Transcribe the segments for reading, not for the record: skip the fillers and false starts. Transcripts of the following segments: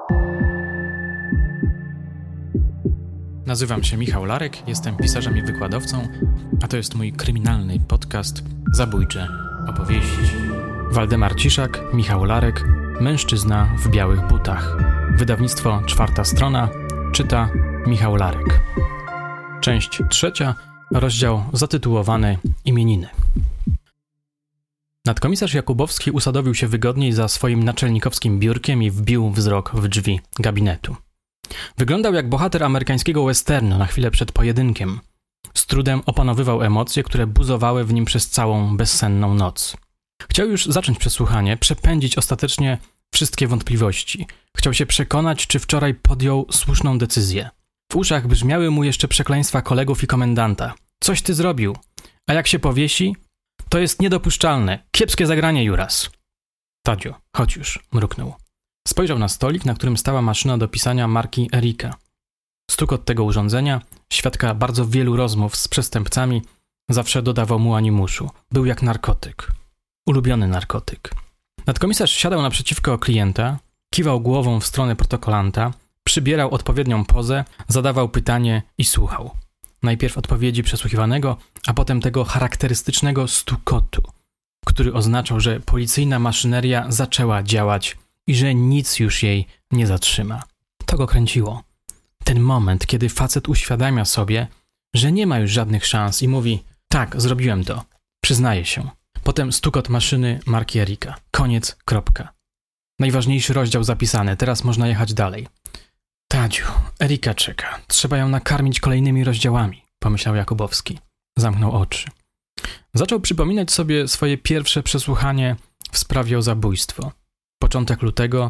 Nazywam się Michał Larek, jestem pisarzem i wykładowcą, a to jest mój kryminalny podcast Zabójcze opowieści. Waldemar Ciszak, Michał Larek, Mężczyzna w białych butach. Wydawnictwo Czwarta Strona, czyta Michał Larek. Część 3, rozdział zatytułowany Imieniny. Nadkomisarz Jakubowski usadowił się wygodniej za swoim naczelnikowskim biurkiem i wbił wzrok w drzwi gabinetu. Wyglądał jak bohater amerykańskiego westernu na chwilę przed pojedynkiem. Z trudem opanowywał emocje, które buzowały w nim przez całą bezsenną noc. Chciał już zacząć przesłuchanie, przepędzić ostatecznie wszystkie wątpliwości. Chciał się przekonać, czy wczoraj podjął słuszną decyzję. W uszach brzmiały mu jeszcze przekleństwa kolegów i komendanta. Coś ty zrobił, a jak się powiesi, to jest niedopuszczalne. Kiepskie zagranie, Juras. Tadziu, chodź już, mruknął. Spojrzał na stolik, na którym stała maszyna do pisania marki Erika. Stukot tego urządzenia, świadka bardzo wielu rozmów z przestępcami, zawsze dodawał mu animuszu. Był jak narkotyk. Ulubiony narkotyk. Nadkomisarz siadał naprzeciwko klienta, kiwał głową w stronę protokolanta, przybierał odpowiednią pozę, zadawał pytanie i słuchał. Najpierw odpowiedzi przesłuchiwanego, a potem tego charakterystycznego stukotu, który oznaczał, że policyjna maszyneria zaczęła działać i że nic już jej nie zatrzyma. To go kręciło. Ten moment, kiedy facet uświadamia sobie, że nie ma już żadnych szans i mówi: tak, zrobiłem to, przyznaję się. Potem stukot maszyny marki Erika. Koniec, kropka. Najważniejszy rozdział zapisany, teraz można jechać dalej. Tadziu, Erika czeka, trzeba ją nakarmić kolejnymi rozdziałami, pomyślał Jakubowski. Zamknął oczy. Zaczął przypominać sobie swoje pierwsze przesłuchanie w sprawie o zabójstwo. Początek lutego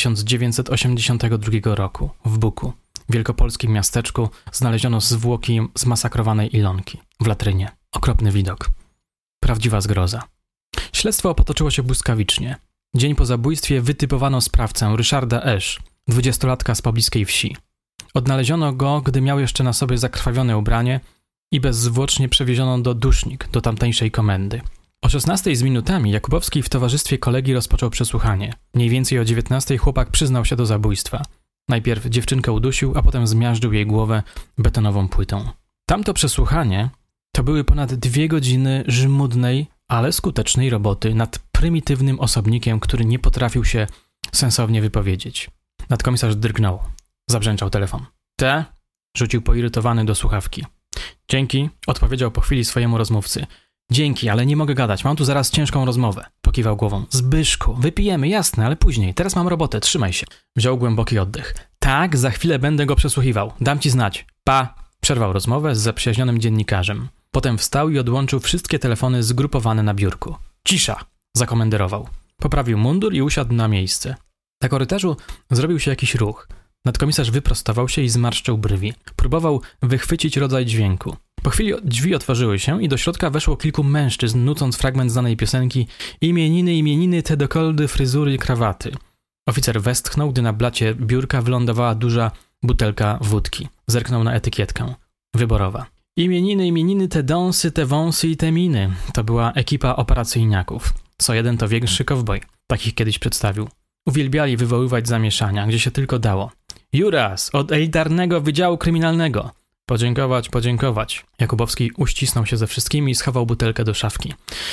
1982 roku w Buku, wielkopolskim miasteczku, znaleziono zwłoki zmasakrowanej Ilonki w latrynie. Okropny widok. Prawdziwa zgroza. Śledztwo potoczyło się błyskawicznie. Dzień po zabójstwie wytypowano sprawcę Ryszarda Esz, 20-latka z pobliskiej wsi. Odnaleziono go, gdy miał jeszcze na sobie zakrwawione ubranie i bezzwłocznie przewieziono do Dusznik, do tamtejszej komendy. O 16 z minutami Jakubowski w towarzystwie kolegi rozpoczął przesłuchanie. Mniej więcej o 19 chłopak przyznał się do zabójstwa. Najpierw dziewczynkę udusił, a potem zmiażdżył jej głowę betonową płytą. Tamto przesłuchanie to były ponad 2 godziny żmudnej, ale skutecznej roboty nad prymitywnym osobnikiem, który nie potrafił się sensownie wypowiedzieć. Nadkomisarz drgnął. Zabrzęczał telefon. Te? Rzucił poirytowany do słuchawki. Dzięki, odpowiedział po chwili swojemu rozmówcy. Dzięki, ale nie mogę gadać, mam tu zaraz ciężką rozmowę. Pokiwał głową. Zbyszku, wypijemy, jasne, ale później. Teraz mam robotę, trzymaj się. Wziął głęboki oddech. Tak, za chwilę będę go przesłuchiwał. Dam ci znać. Pa! Przerwał rozmowę z zaprzyjaźnionym dziennikarzem. Potem wstał i odłączył wszystkie telefony zgrupowane na biurku. Cisza! Zakomenderował. Poprawił mundur i usiadł na miejsce. Na korytarzu zrobił się jakiś ruch. Nadkomisarz wyprostował się i zmarszczył brwi. Próbował wychwycić rodzaj dźwięku. Po chwili drzwi otworzyły się i do środka weszło kilku mężczyzn, nucąc fragment znanej piosenki Imieniny, te dokoldy, fryzury i krawaty. Oficer westchnął, gdy na blacie biurka wylądowała duża butelka wódki. Zerknął na etykietkę. Wyborowa. Imieniny, te dąsy, te wąsy i te miny. To była ekipa operacyjniaków. Co jeden to większy kowboj. Takich kiedyś przedstawił. Uwielbiali wywoływać zamieszania, gdzie się tylko dało. Juras, od elitarnego wydziału kryminalnego. Podziękować. Jakubowski uścisnął się ze wszystkimi i schował butelkę do szafki.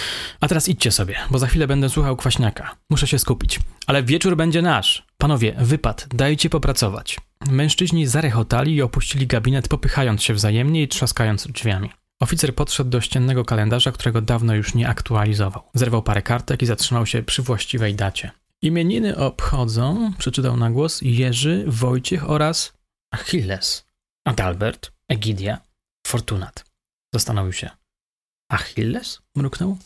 A teraz idźcie sobie, bo za chwilę będę słuchał Kwaśniaka. Muszę się skupić. Ale wieczór będzie nasz. Panowie, wypad, dajcie popracować. Mężczyźni zarechotali i opuścili gabinet, popychając się wzajemnie i trzaskając drzwiami. Oficer podszedł do ściennego kalendarza, którego dawno już nie aktualizował. Zerwał parę kartek i zatrzymał się przy właściwej dacie. Imieniny obchodzą, przeczytał na głos, Jerzy, Wojciech oraz Achilles. Adalbert, Egidia, Fortunat. Zastanowił się. Achilles? Mruknął.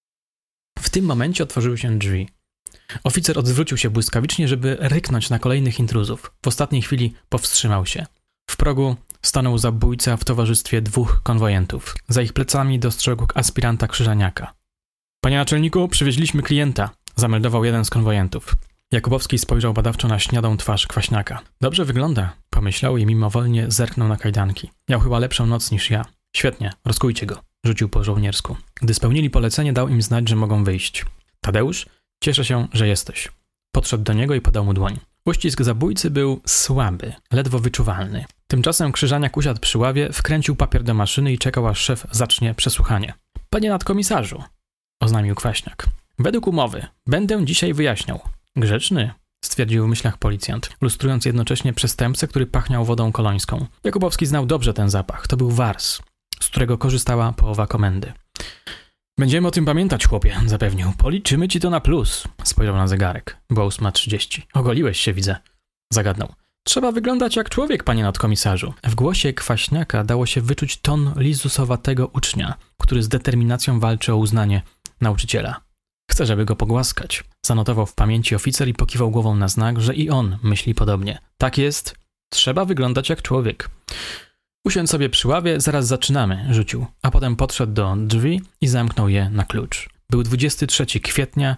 W tym momencie otworzyły się drzwi. Oficer odwrócił się błyskawicznie, żeby ryknąć na kolejnych intruzów. W ostatniej chwili powstrzymał się. W progu stanął zabójca w towarzystwie 2 konwojentów. Za ich plecami dostrzegł aspiranta Krzyżaniaka. Panie naczelniku, przywieźliśmy klienta, zameldował jeden z konwojentów. Jakubowski spojrzał badawczo na śniadą twarz Kwaśniaka. Dobrze wygląda, pomyślał i mimowolnie zerknął na kajdanki. Miał chyba lepszą noc niż ja. Świetnie, rozkujcie go, rzucił po żołniersku. Gdy spełnili polecenie, dał im znać, że mogą wyjść. Tadeusz, cieszę się, że jesteś. Podszedł do niego i podał mu dłoń. Uścisk zabójcy był słaby, ledwo wyczuwalny. Tymczasem Krzyżaniak usiadł przy ławie, wkręcił papier do maszyny i czekał, aż szef zacznie przesłuchanie. Panie nadkomisarzu, oznajmił Kwaśniak. Według umowy będę dzisiaj wyjaśniał. Grzeczny, stwierdził w myślach policjant, lustrując jednocześnie przestępcę, który pachniał wodą kolońską. Jakubowski znał dobrze ten zapach. To był wars, z którego korzystała połowa komendy. Będziemy o tym pamiętać, chłopie, zapewnił. Policzymy ci to na plus. Spojrzał na zegarek. Była 8:30. Ogoliłeś się, widzę. Zagadnął. Trzeba wyglądać jak człowiek, panie nadkomisarzu. W głosie Kwaśniaka dało się wyczuć ton lizusowatego ucznia, który z determinacją walczy o uznanie nauczyciela. Chcę, żeby go pogłaskać. Zanotował w pamięci oficer i pokiwał głową na znak, że i on myśli podobnie. Tak jest. Trzeba wyglądać jak człowiek. Usiądź sobie przy ławie, zaraz zaczynamy, rzucił, a potem podszedł do drzwi i zamknął je na klucz. Był 23 kwietnia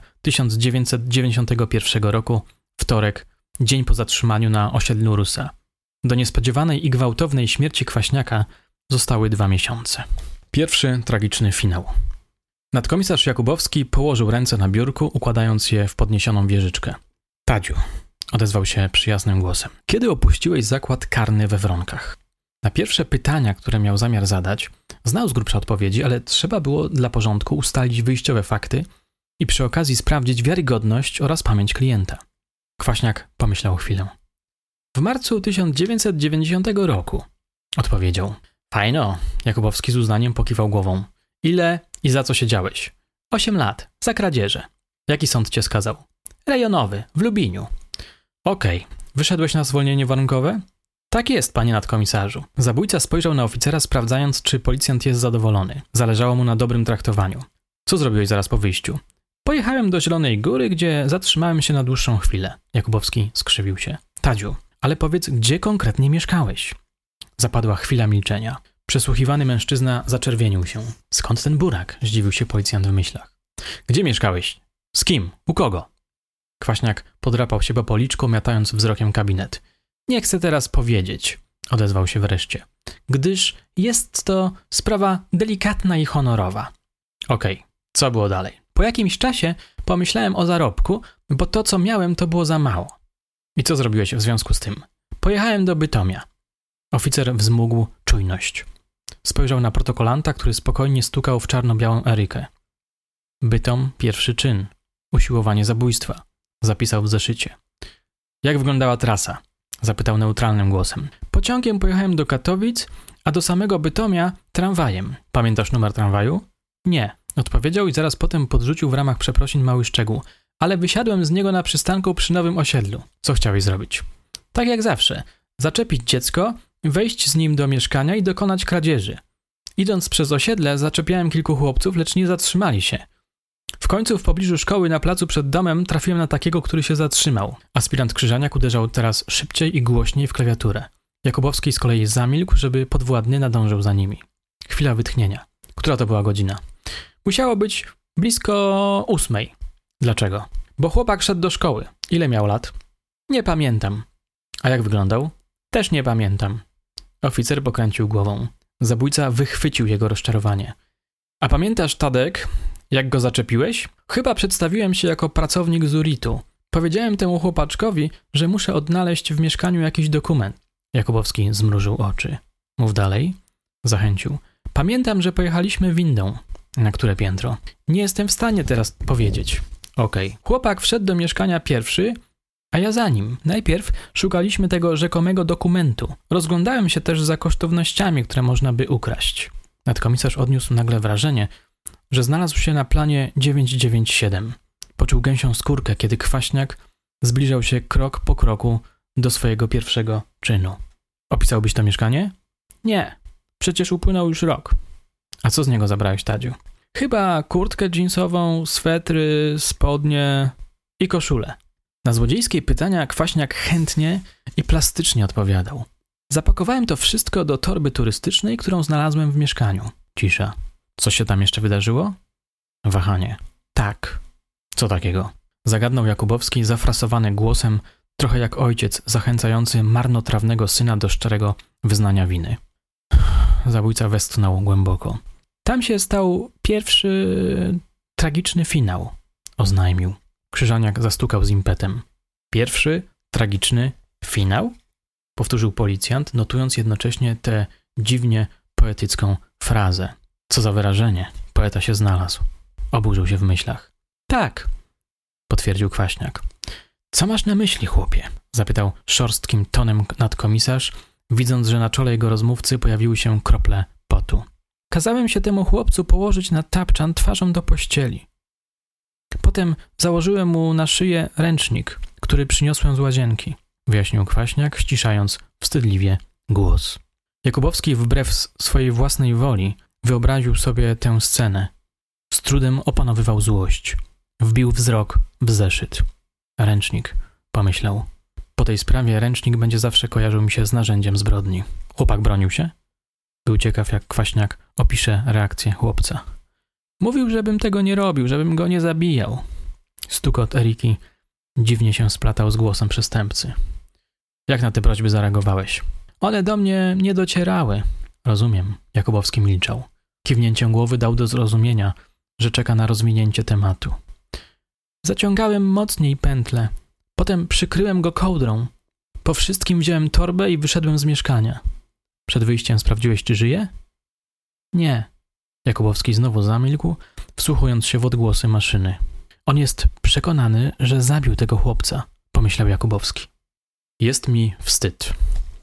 1991 roku, wtorek, dzień po zatrzymaniu na osiedlu Rusa. Do niespodziewanej i gwałtownej śmierci Kwaśniaka zostały 2 miesiące. Pierwszy tragiczny finał. Nadkomisarz Jakubowski położył ręce na biurku, układając je w podniesioną wieżyczkę. Tadziu, odezwał się przyjaznym głosem. Kiedy opuściłeś zakład karny we Wronkach? Na pierwsze pytania, które miał zamiar zadać, znał z grubsza odpowiedzi, ale trzeba było dla porządku ustalić wyjściowe fakty i przy okazji sprawdzić wiarygodność oraz pamięć klienta. Kwaśniak pomyślał chwilę. W marcu 1990 roku, odpowiedział. Fajno, Jakubowski z uznaniem pokiwał głową. Ile i za co siedziałeś? 8 lat, za kradzieże. Jaki sąd cię skazał? Rejonowy, w Lubiniu. Okej, wyszedłeś na zwolnienie warunkowe? Tak jest, panie nadkomisarzu. Zabójca spojrzał na oficera, sprawdzając, czy policjant jest zadowolony. Zależało mu na dobrym traktowaniu. Co zrobiłeś zaraz po wyjściu? Pojechałem do Zielonej Góry, gdzie zatrzymałem się na dłuższą chwilę. Jakubowski skrzywił się. Tadziu, ale powiedz, gdzie konkretnie mieszkałeś? Zapadła chwila milczenia. Przesłuchiwany mężczyzna zaczerwienił się. Skąd ten burak? Zdziwił się policjant w myślach. Gdzie mieszkałeś? Z kim? U kogo? Kwaśniak podrapał się po policzku, miatając wzrokiem kabinet. Nie chcę teraz powiedzieć, odezwał się wreszcie, gdyż jest to sprawa delikatna i honorowa. Okej, co było dalej? Po jakimś czasie pomyślałem o zarobku, bo to, co miałem, to było za mało. I co zrobiłeś w związku z tym? Pojechałem do Bytomia. Oficer wzmógł czujność. Spojrzał na protokolanta, który spokojnie stukał w czarno-białą Erykę. Bytom, pierwszy czyn. Usiłowanie zabójstwa. Zapisał w zeszycie. Jak wyglądała trasa? Zapytał neutralnym głosem. Pociągiem pojechałem do Katowic, a do samego Bytomia tramwajem. Pamiętasz numer tramwaju? Nie, odpowiedział i zaraz potem podrzucił w ramach przeprosin mały szczegół. Ale wysiadłem z niego na przystanku przy Nowym Osiedlu. Co chciałeś zrobić? Tak jak zawsze. Zaczepić dziecko, wejść z nim do mieszkania i dokonać kradzieży. Idąc przez osiedle zaczepiałem kilku chłopców, lecz nie zatrzymali się. W końcu w pobliżu szkoły na placu przed domem trafiłem na takiego, który się zatrzymał. Aspirant Krzyżaniak uderzał teraz szybciej i głośniej w klawiaturę. Jakubowski z kolei zamilkł, żeby podwładny nadążył za nimi. Chwila wytchnienia. Która to była godzina? Musiało być blisko 8. Dlaczego? Bo chłopak szedł do szkoły. Ile miał lat? Nie pamiętam. A jak wyglądał? Też nie pamiętam. Oficer pokręcił głową. Zabójca wychwycił jego rozczarowanie. A pamiętasz, Tadek, jak go zaczepiłeś? Chyba przedstawiłem się jako pracownik z URIT-u. Powiedziałem temu chłopaczkowi, że muszę odnaleźć w mieszkaniu jakiś dokument. Jakubowski zmrużył oczy. Mów dalej. Zachęcił. Pamiętam, że pojechaliśmy windą. Na które piętro? Nie jestem w stanie teraz powiedzieć. Okej. Chłopak wszedł do mieszkania pierwszy, a ja za nim. Najpierw szukaliśmy tego rzekomego dokumentu. Rozglądałem się też za kosztownościami, które można by ukraść. Nadkomisarz odniósł nagle wrażenie, że znalazł się na planie 997. Poczuł gęsią skórkę, kiedy Kwaśniak zbliżał się krok po kroku do swojego pierwszego czynu. Opisałbyś to mieszkanie? Nie. Przecież upłynął już rok. A co z niego zabrałeś, Tadziu? Chyba kurtkę dżinsową, swetry, spodnie i koszulę. Na złodziejskie pytania Kwaśniak chętnie i plastycznie odpowiadał. Zapakowałem to wszystko do torby turystycznej, którą znalazłem w mieszkaniu. Cisza. Co się tam jeszcze wydarzyło? Wahanie. Tak. Co takiego? Zagadnął Jakubowski zafrasowany głosem, trochę jak ojciec zachęcający marnotrawnego syna do szczerego wyznania winy. Zabójca westchnął głęboko. Tam się stał pierwszy tragiczny finał, oznajmił. Krzyżaniak zastukał z impetem. Pierwszy Tragiczny finał? Powtórzył policjant, notując jednocześnie tę dziwnie poetycką frazę. Co za wyrażenie. Poeta się znalazł. Oburzył się w myślach. Tak, potwierdził Kwaśniak. Co masz na myśli, chłopie? Zapytał szorstkim tonem nadkomisarz, widząc, że na czole jego rozmówcy pojawiły się krople potu. Kazałem się temu chłopcu położyć na tapczan twarzą do pościeli. Potem założyłem mu na szyję ręcznik, który przyniosłem z łazienki, wyjaśnił Kwaśniak, ściszając wstydliwie głos. Jakubowski wbrew swojej własnej woli wyobraził sobie tę scenę. Z trudem opanowywał złość. Wbił wzrok w zeszyt. Ręcznik, pomyślał. Po tej sprawie ręcznik będzie zawsze kojarzył mi się z narzędziem zbrodni. Chłopak bronił się? Był ciekaw, jak Kwaśniak opisze reakcję chłopca. Mówił, żebym tego nie robił, żebym go nie zabijał. Stukot Eriki dziwnie się splatał z głosem przestępcy. Jak na te prośby zareagowałeś? One do mnie nie docierały. Rozumiem. Jakubowski milczał. Kiwnięciem głowy dał do zrozumienia, że czeka na rozwinięcie tematu. Zaciągałem mocniej pętlę. Potem przykryłem go kołdrą. Po wszystkim wziąłem torbę i wyszedłem z mieszkania. Przed wyjściem sprawdziłeś, czy żyje? Nie. Jakubowski znowu zamilkł, wsłuchując się w odgłosy maszyny. On jest przekonany, że zabił tego chłopca, pomyślał Jakubowski. Jest mi wstyd.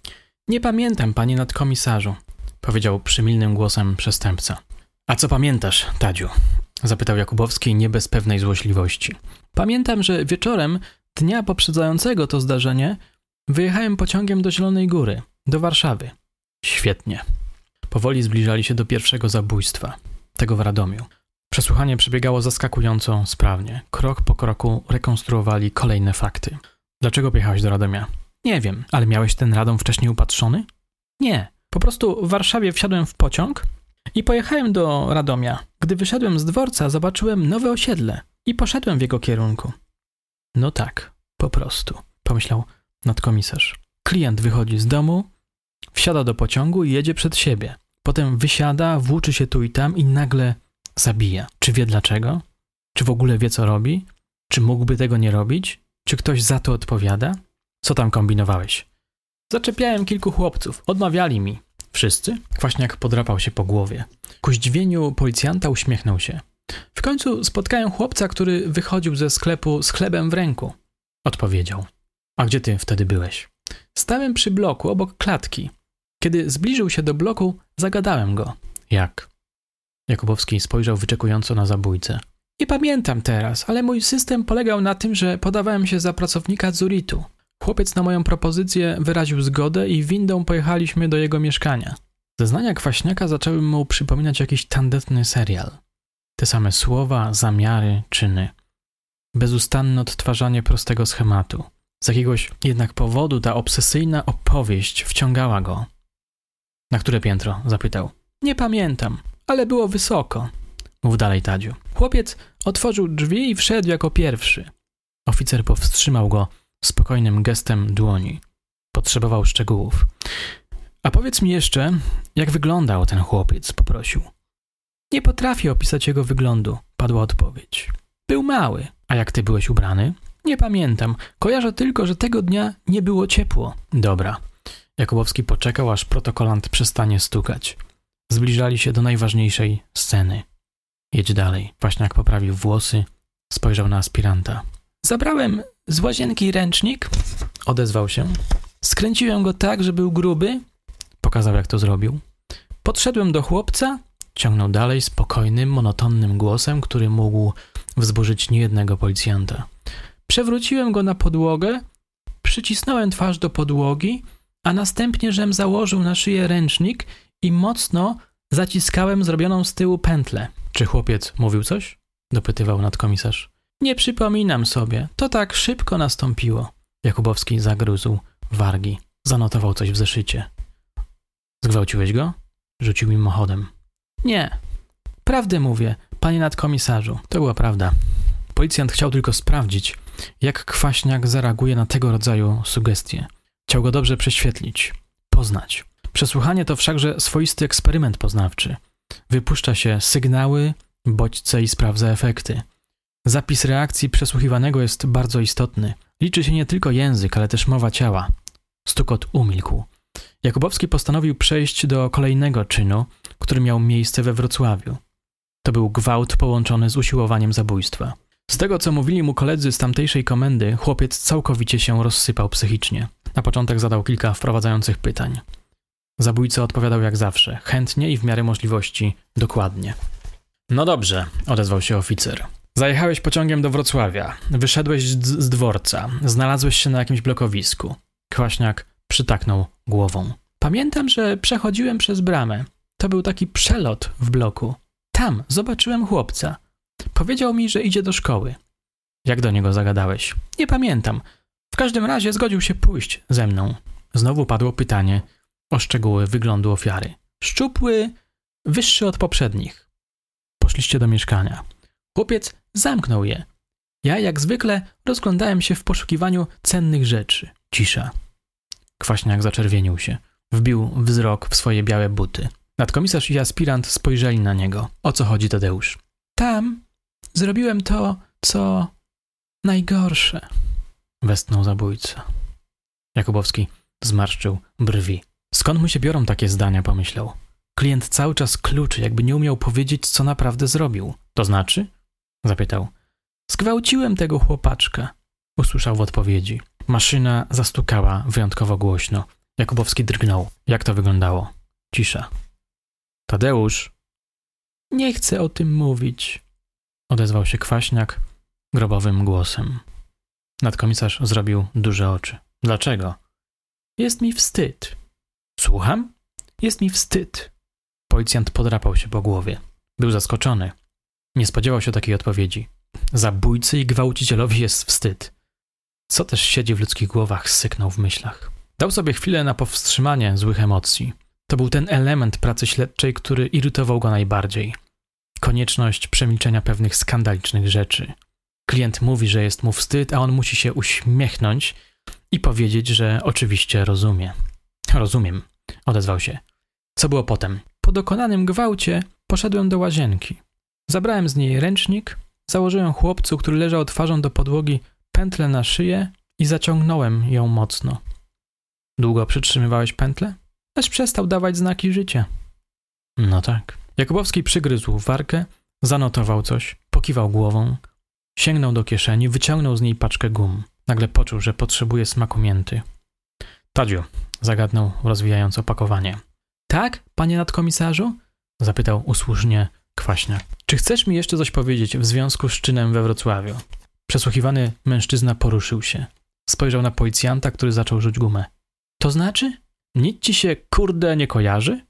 Nie pamiętam, panie nadkomisarzu, powiedział przymilnym głosem przestępca. A co pamiętasz, Tadziu? Zapytał Jakubowski nie bez pewnej złośliwości. Pamiętam, że wieczorem dnia poprzedzającego to zdarzenie wyjechałem pociągiem do Zielonej Góry, do Warszawy. Świetnie. Powoli zbliżali się do pierwszego zabójstwa, tego w Radomiu. Przesłuchanie przebiegało zaskakująco sprawnie. Krok po kroku rekonstruowali kolejne fakty. Dlaczego pojechałeś do Radomia? Nie wiem, ale miałeś ten Radom wcześniej upatrzony? Nie. Po prostu w Warszawie wsiadłem w pociąg i pojechałem do Radomia. Gdy wyszedłem z dworca, zobaczyłem nowe osiedle i poszedłem w jego kierunku. No tak, po prostu, pomyślał nadkomisarz. Klient wychodzi z domu, wsiada do pociągu i jedzie przed siebie. Potem wysiada, włóczy się tu i tam i nagle zabija. Czy wie dlaczego? Czy w ogóle wie, co robi? Czy mógłby tego nie robić? Czy ktoś za to odpowiada? Co tam kombinowałeś? Zaczepiałem kilku chłopców. Odmawiali mi. Wszyscy? Kwaśniak podrapał się po głowie. Ku zdziwieniu policjanta uśmiechnął się. W końcu spotkałem chłopca, który wychodził ze sklepu z chlebem w ręku. Odpowiedział. A gdzie ty wtedy byłeś? Stałem przy bloku obok klatki. Kiedy zbliżył się do bloku, zagadałem go. Jak? Jakubowski spojrzał wyczekująco na zabójcę. Nie pamiętam teraz, ale mój system polegał na tym, że podawałem się za pracownika Zuritu. Chłopiec na moją propozycję wyraził zgodę i windą pojechaliśmy do jego mieszkania. Zeznania Kwaśniaka zaczęły mu przypominać jakiś tandetny serial. Te same słowa, zamiary, czyny. Bezustanne odtwarzanie prostego schematu. Z jakiegoś jednak powodu ta obsesyjna opowieść wciągała go. Na które piętro? Zapytał. Nie pamiętam, ale było wysoko. Mów dalej, Tadziu. Chłopiec otworzył drzwi i wszedł jako pierwszy. Oficer powstrzymał go spokojnym gestem dłoni. Potrzebował szczegółów. A powiedz mi jeszcze, jak wyglądał ten chłopiec, poprosił. Nie potrafię opisać jego wyglądu, padła odpowiedź. Był mały. A jak ty byłeś ubrany? Nie pamiętam. Kojarzę tylko, że tego dnia nie było ciepło. Dobra. Jakubowski poczekał, aż protokolant przestanie stukać. Zbliżali się do najważniejszej sceny. Jedź dalej. Kwaśniak poprawił włosy, spojrzał na aspiranta. Zabrałem z łazienki ręcznik, odezwał się. Skręciłem go tak, że był gruby. Pokazał, jak to zrobił. Podszedłem do chłopca, ciągnął dalej spokojnym, monotonnym głosem, który mógł wzburzyć niejednego policjanta. Przewróciłem go na podłogę, przycisnąłem twarz do podłogi, a następnie żem założył na szyję ręcznik i mocno zaciskałem zrobioną z tyłu pętlę. Czy chłopiec mówił coś? Dopytywał nadkomisarz. Nie przypominam sobie, to tak szybko nastąpiło. Jakubowski zagryzł wargi. Zanotował coś w zeszycie. Zgwałciłeś go? Rzucił mimochodem. Nie. Prawdę mówię, panie nadkomisarzu. To była prawda. Policjant chciał tylko sprawdzić, jak Kwaśniak zareaguje na tego rodzaju sugestie. Chciał go dobrze prześwietlić, poznać. Przesłuchanie to wszakże swoisty eksperyment poznawczy. Wypuszcza się sygnały, bodźce i sprawdza efekty. Zapis reakcji przesłuchiwanego jest bardzo istotny. Liczy się nie tylko język, ale też mowa ciała. Stukot umilkł. Jakubowski postanowił przejść do kolejnego czynu, który miał miejsce we Wrocławiu. To był gwałt połączony z usiłowaniem zabójstwa. Z tego, co mówili mu koledzy z tamtejszej komendy, chłopiec całkowicie się rozsypał psychicznie. Na początek zadał kilka wprowadzających pytań. Zabójca odpowiadał jak zawsze, chętnie i w miarę możliwości dokładnie. No dobrze, odezwał się oficer. Zajechałeś pociągiem do Wrocławia, wyszedłeś z dworca, znalazłeś się na jakimś blokowisku. Kwaśniak przytaknął głową. Pamiętam, że przechodziłem przez bramę. To był taki przelot w bloku. Tam zobaczyłem chłopca. Powiedział mi, że idzie do szkoły. Jak do niego zagadałeś? Nie pamiętam. W każdym razie zgodził się pójść ze mną. Znowu padło pytanie o szczegóły wyglądu ofiary. Szczupły, wyższy od poprzednich. Poszliście do mieszkania. Chłopiec zamknął je. Ja, jak zwykle, rozglądałem się w poszukiwaniu cennych rzeczy. Cisza. Kwaśniak zaczerwienił się. Wbił wzrok w swoje białe buty. Nadkomisarz i aspirant spojrzeli na niego. O co chodzi, Tadeusz? Tam zrobiłem to, co najgorsze. Westchnął zabójca. Jakubowski zmarszczył brwi. Skąd mu się biorą takie zdania, pomyślał. Klient cały czas kluczy, jakby nie umiał powiedzieć, co naprawdę zrobił. To znaczy? Zapytał. Zgwałciłem tego chłopaczka. Usłyszał w odpowiedzi. Maszyna zastukała wyjątkowo głośno. Jakubowski drgnął. Jak to wyglądało? Cisza. Tadeusz? Nie chcę o tym mówić. Odezwał się Kwaśniak grobowym głosem. Nadkomisarz zrobił duże oczy. Dlaczego? Jest mi wstyd. Słucham? Jest mi wstyd. Policjant podrapał się po głowie. Był zaskoczony. Nie spodziewał się takiej odpowiedzi. Zabójcy i gwałcicielowi jest wstyd. Co też siedzi w ludzkich głowach, syknął w myślach. Dał sobie chwilę na powstrzymanie złych emocji. To był ten element pracy śledczej, który irytował go najbardziej. Konieczność przemilczenia pewnych skandalicznych rzeczy. Klient mówi, że jest mu wstyd, a on musi się uśmiechnąć i powiedzieć, że oczywiście rozumie. Rozumiem, odezwał się. Co było potem? Po dokonanym gwałcie poszedłem do łazienki. Zabrałem z niej ręcznik, założyłem chłopcu, który leżał twarzą do podłogi, pętlę na szyję i zaciągnąłem ją mocno. Długo przytrzymywałeś pętlę? Aż przestał dawać znaki życia. No tak. Jakubowski przygryzł wargę, zanotował coś, pokiwał głową, sięgnął do kieszeni, wyciągnął z niej paczkę gum. Nagle poczuł, że potrzebuje smaku mięty. Tadziu, zagadnął, rozwijając opakowanie. Tak, panie nadkomisarzu? Zapytał usłużnie Kwaśniak. Czy chcesz mi jeszcze coś powiedzieć w związku z czynem we Wrocławiu? Przesłuchiwany mężczyzna poruszył się. Spojrzał na policjanta, który zaczął rzuć gumę. To znaczy? Nic ci się, kurde, nie kojarzy?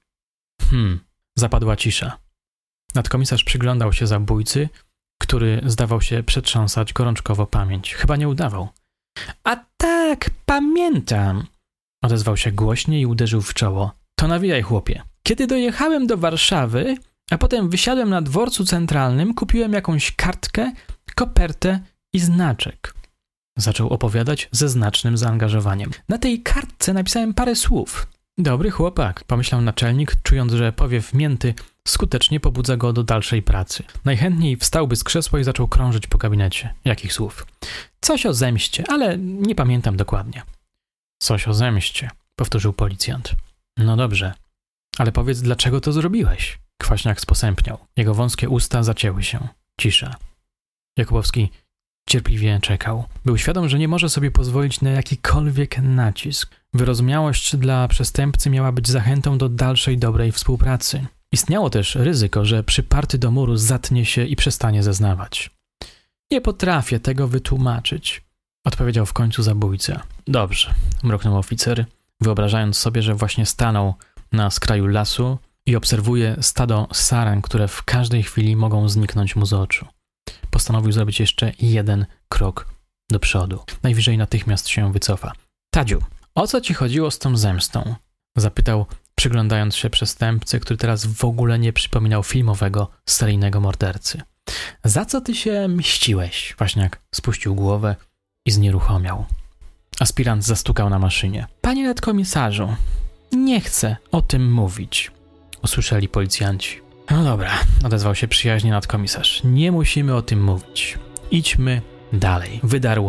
Zapadła cisza. Nadkomisarz przyglądał się zabójcy, który zdawał się przetrząsać gorączkowo pamięć. Chyba nie udawał. A tak, pamiętam! Odezwał się głośniej i uderzył w czoło. To nawijaj, chłopie. Kiedy dojechałem do Warszawy, a potem wysiadłem na dworcu centralnym, kupiłem jakąś kartkę, kopertę i znaczek. Zaczął opowiadać ze znacznym zaangażowaniem. Na tej kartce napisałem parę słów. Dobry chłopak, pomyślał naczelnik, czując, że powiew mięty skutecznie pobudza go do dalszej pracy. Najchętniej wstałby z krzesła i zaczął krążyć po gabinecie. Jakich słów? Coś o zemście, ale nie pamiętam dokładnie. Coś o zemście, powtórzył policjant. No dobrze, ale powiedz, dlaczego to zrobiłeś? Kwaśniak sposępniał. Jego wąskie usta zacięły się. Cisza. Jakubowski cierpliwie czekał. Był świadom, że nie może sobie pozwolić na jakikolwiek nacisk. Wyrozumiałość dla przestępcy miała być zachętą do dalszej dobrej współpracy. Istniało też ryzyko, że przyparty do muru zatnie się i przestanie zeznawać. Nie potrafię tego wytłumaczyć, odpowiedział w końcu zabójca. Dobrze, mruknął oficer, wyobrażając sobie, że właśnie stanął na skraju lasu i obserwuje stado saren, które w każdej chwili mogą zniknąć mu z oczu. Postanowił zrobić jeszcze jeden krok do przodu. Najwyżej natychmiast się wycofa. Tadziu, o co ci chodziło z tą zemstą? Zapytał, przyglądając się przestępcy, który teraz w ogóle nie przypominał filmowego, seryjnego mordercy. Za co ty się mściłeś? Kwaśniak spuścił głowę i znieruchomiał. Aspirant zastukał na maszynie. Panie nadkomisarzu, nie chcę o tym mówić, usłyszeli policjanci. No dobra, odezwał się przyjaźnie nadkomisarz. Nie musimy o tym mówić. Idźmy dalej. Wydarł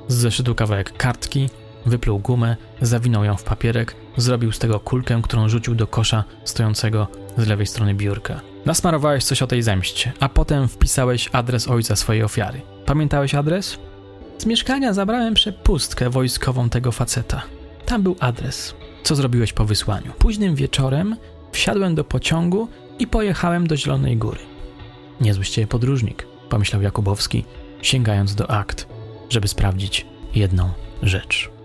z zeszytu kawałek kartki, wypluł gumę, zawinął ją w papierek, zrobił z tego kulkę, którą rzucił do kosza stojącego z lewej strony biurka. Nasmarowałeś coś o tej zemście, a potem wpisałeś adres ojca swojej ofiary. Pamiętałeś adres? Z mieszkania zabrałem przepustkę wojskową tego faceta. Tam był adres. Co zrobiłeś po wysłaniu? Późnym wieczorem wsiadłem do pociągu i pojechałem do Zielonej Góry. Niezły z ciebie podróżnik, pomyślał Jakubowski, sięgając do akt, żeby sprawdzić jedną rzecz.